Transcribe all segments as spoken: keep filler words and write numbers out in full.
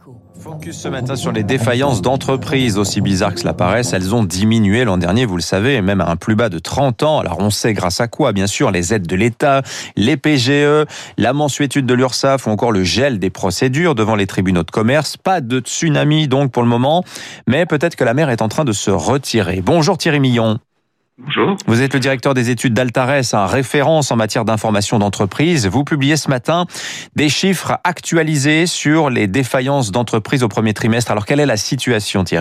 Focus ce matin sur les défaillances d'entreprises. Aussi bizarres que cela paraisse, elles ont diminué l'an dernier, vous le savez, même à un plus bas de trente ans. Alors on sait grâce à quoi, bien sûr, les aides de l'État, les P G E, la mensuétude de l'URSSAF ou encore le gel des procédures devant les tribunaux de commerce. Pas de tsunami donc pour le moment, mais peut-être que la mer est en train de se retirer. Bonjour Thierry Millon. Bonjour. Vous êtes le directeur des études d'Altares, un référence en matière d'information d'entreprise. Vous publiez ce matin des chiffres actualisés sur les défaillances d'entreprises au premier trimestre. Alors, quelle est la situation, Thierry ?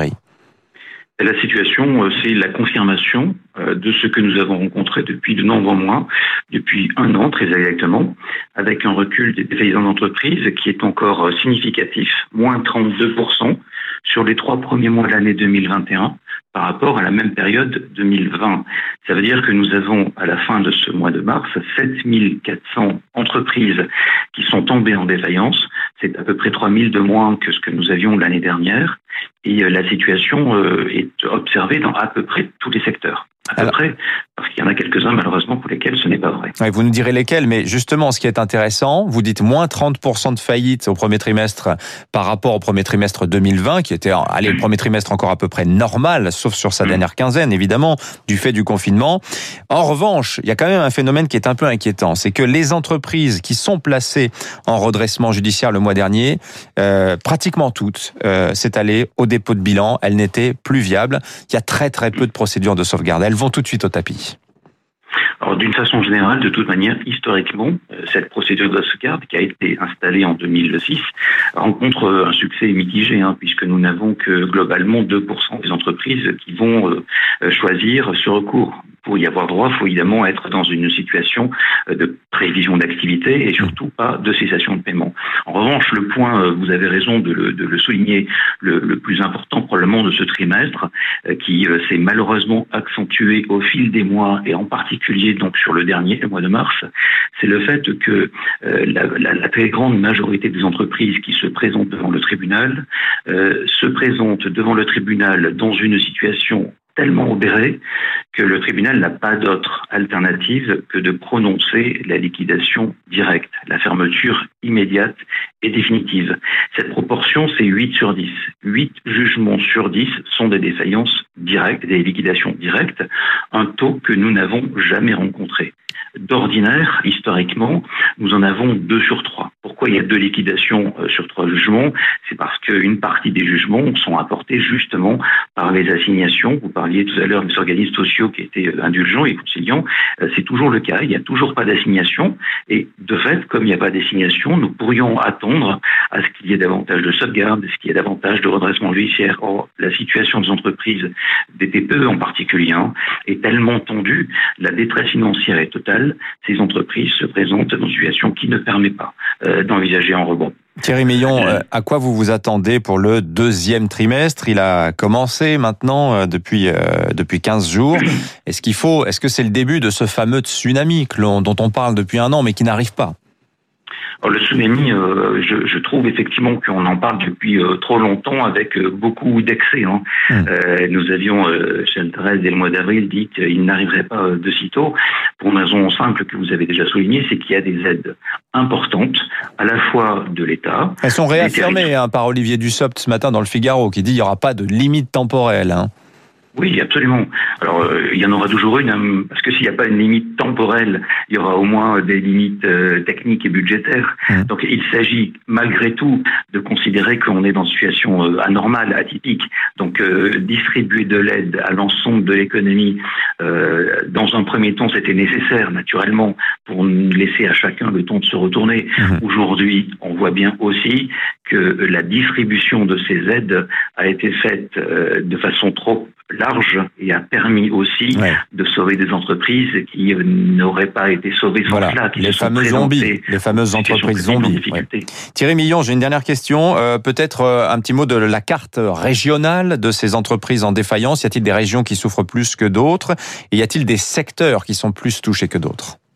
La situation, c'est la confirmation de ce que nous avons rencontré depuis de nombreux mois, depuis un an très exactement, avec un recul des défaillances d'entreprises qui est encore significatif, moins trente-deux pour cent sur les trois premiers mois de l'année deux mille vingt et un par rapport à la même période deux mille vingt. Ça veut dire que nous avons, à la fin de ce mois de mars, sept mille quatre cents entreprises qui sont tombées en défaillance. C'est à peu près trois mille de moins que ce que nous avions l'année dernière. Et la situation est observée dans à peu près tous les secteurs. À peu Alors, près, parce qu'il y en a quelques-uns malheureusement pour lesquels ce n'est pas vrai. Ouais, vous nous direz lesquels, mais justement, ce qui est intéressant, vous dites moins trente pour cent de faillites au premier trimestre par rapport au premier trimestre deux mille vingt, qui était, allez, le premier trimestre encore à peu près normal, sauf sur sa dernière quinzaine, évidemment, du fait du confinement. En revanche, il y a quand même un phénomène qui est un peu inquiétant, c'est que les entreprises qui sont placées en redressement judiciaire le mois dernier, euh, pratiquement toutes, euh, s'est allées au dépôt de bilan, elles n'étaient plus viables. Il y a très très peu de procédures de sauvegarde. Elles vont tout de suite au tapis. Alors, d'une façon générale, de toute manière, historiquement, cette procédure de sauvegarde qui a été installée en deux mille six rencontre un succès mitigé, hein, puisque nous n'avons que globalement deux pour cent des entreprises qui vont euh, choisir ce recours. Pour y avoir droit, il faut évidemment être dans une situation de prévision d'activité et surtout pas de cessation de paiement. En revanche, le point, vous avez raison de le, de le souligner, le, le plus important probablement de ce trimestre, qui s'est malheureusement accentué au fil des mois et en particulier donc sur le dernier, le mois de mars, c'est le fait que euh, la, la, la très grande majorité des entreprises qui se présentent devant le tribunal euh, se présentent devant le tribunal dans une situation tellement obéré que le tribunal n'a pas d'autre alternative que de prononcer la liquidation directe, la fermeture immédiate et définitive. Cette proportion, c'est huit sur dix. huit jugements sur dix sont des défaillances directes, des liquidations directes, un taux que nous n'avons jamais rencontré. D'ordinaire, historiquement, nous en avons deux sur trois. Pourquoi il y a deux liquidations sur trois jugements ? C'est parce qu'une partie des jugements sont apportés justement par les assignations. Vous parliez tout à l'heure des organismes sociaux qui étaient indulgents et conciliants. C'est toujours le cas. Il n'y a toujours pas d'assignation. Et de fait, comme il n'y a pas d'assignation, nous pourrions attendre à ce qu'il y ait davantage de sauvegarde, à ce qu'il y ait davantage de redressement judiciaire. Or, la situation des entreprises, des T P E en particulier, hein, est tellement tendue, la détresse financière est totale. Ces entreprises se présentent dans une situation qui ne permet pas euh, d'envisager un rebond. Thierry Millon, à quoi vous vous attendez pour le deuxième trimestre ? Il a commencé maintenant depuis euh, depuis quinze jours. Est-ce qu'il faut, est-ce que c'est le début de ce fameux tsunami que l'on, dont on parle depuis un an mais qui n'arrive pas ? Alors, le tsunami, euh, je, je trouve effectivement qu'on en parle depuis euh, trop longtemps avec euh, beaucoup d'excès. Hein. Mmh. Euh, nous avions, euh, chez Altares, dès le mois d'avril, dit qu'il n'arriverait pas euh, de sitôt, pour une raison simple que vous avez déjà soulignée, c'est qu'il y a des aides importantes, à la fois de l'État... Elles sont réaffirmées hein, par Olivier Dussopt ce matin dans le Figaro, qui dit qu'il n'y aura pas de limite temporelle. Hein. Oui, absolument. Alors, euh, il y en aura toujours une, hein, parce que s'il n'y a pas une limite temporelle, il y aura au moins des limites euh, techniques et budgétaires. Mmh. Donc, il s'agit malgré tout de considérer qu'on est dans une situation euh, anormale, atypique. Donc, euh, distribuer de l'aide à l'ensemble de l'économie, euh, dans un premier temps, c'était nécessaire, naturellement, pour laisser à chacun le temps de se retourner. Mmh. Aujourd'hui, on voit bien aussi que la distribution de ces aides a été faite euh, de façon trop large et a permis aussi ouais. de sauver des entreprises qui n'auraient pas été sauvées sans voilà. cela. Les fameux zombies, les fameuses entreprises zombies. Ouais. Thierry Millon, j'ai une dernière question. Euh, peut-être euh, un petit mot de la carte régionale de ces entreprises en défaillance. Y a-t-il des régions qui souffrent plus que d'autres ? Et y a-t-il des secteurs qui sont plus touchés que d'autres ?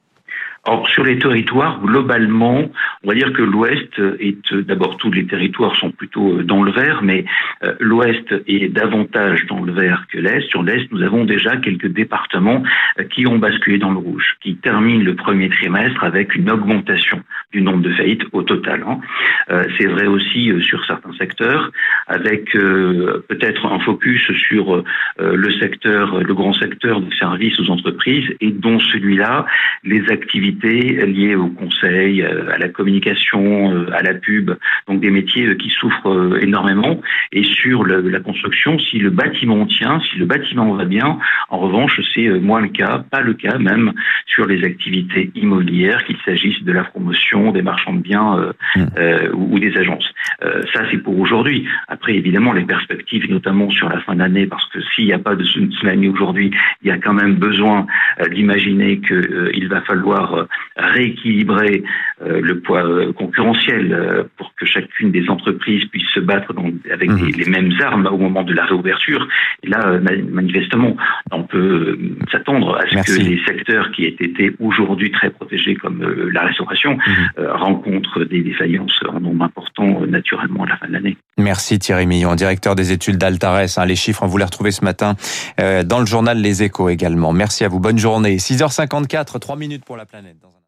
Or, sur les territoires, globalement, on va dire que l'Ouest est, d'abord, tous les territoires sont plutôt dans le vert, mais euh, l'Ouest est davantage dans le vert que l'Est. Sur l'Est, nous avons déjà quelques départements euh, qui ont basculé dans le rouge, qui terminent le premier trimestre avec une augmentation du nombre de faillites au total. Hein. Euh, c'est vrai aussi euh, sur certains secteurs, avec euh, peut-être un focus sur euh, le secteur, le grand secteur des services aux entreprises, et dont celui-là, les activités liées au conseil, à la communication, à la pub, donc des métiers qui souffrent énormément. Et sur le, la construction, si le bâtiment tient, si le bâtiment va bien, en revanche, c'est moins le cas, pas le cas même sur les activités immobilières, qu'il s'agisse de la promotion, des marchands de biens euh, mmh. euh, ou, ou des agences. Euh, ça, c'est pour aujourd'hui. Après, évidemment, les perspectives, notamment sur la fin d'année, parce que s'il n'y a pas de tsunami aujourd'hui, il y a quand même besoin euh, d'imaginer qu'il euh, va falloir euh, rééquilibrer euh, le poids euh, concurrentiel euh, pour que chacune des entreprises puisse se battre dans, avec mmh. les, les mêmes armes au moment de la réouverture. Et là, euh, manifestement, on peut euh, s'attendre à ce Merci. que les secteurs qui aient été aujourd'hui très protégés, comme euh, la restauration, mmh. euh, rencontrent des défaillances en nombre important, euh, naturellement, à la fin de l'année. Merci Thierry Millon, directeur des études d'Altares. Hein, les chiffres, vous les retrouvez ce matin euh, dans le journal Les Échos également. Merci à vous, bonne journée. six heures cinquante-quatre, trois minutes pour la planète. Dans un...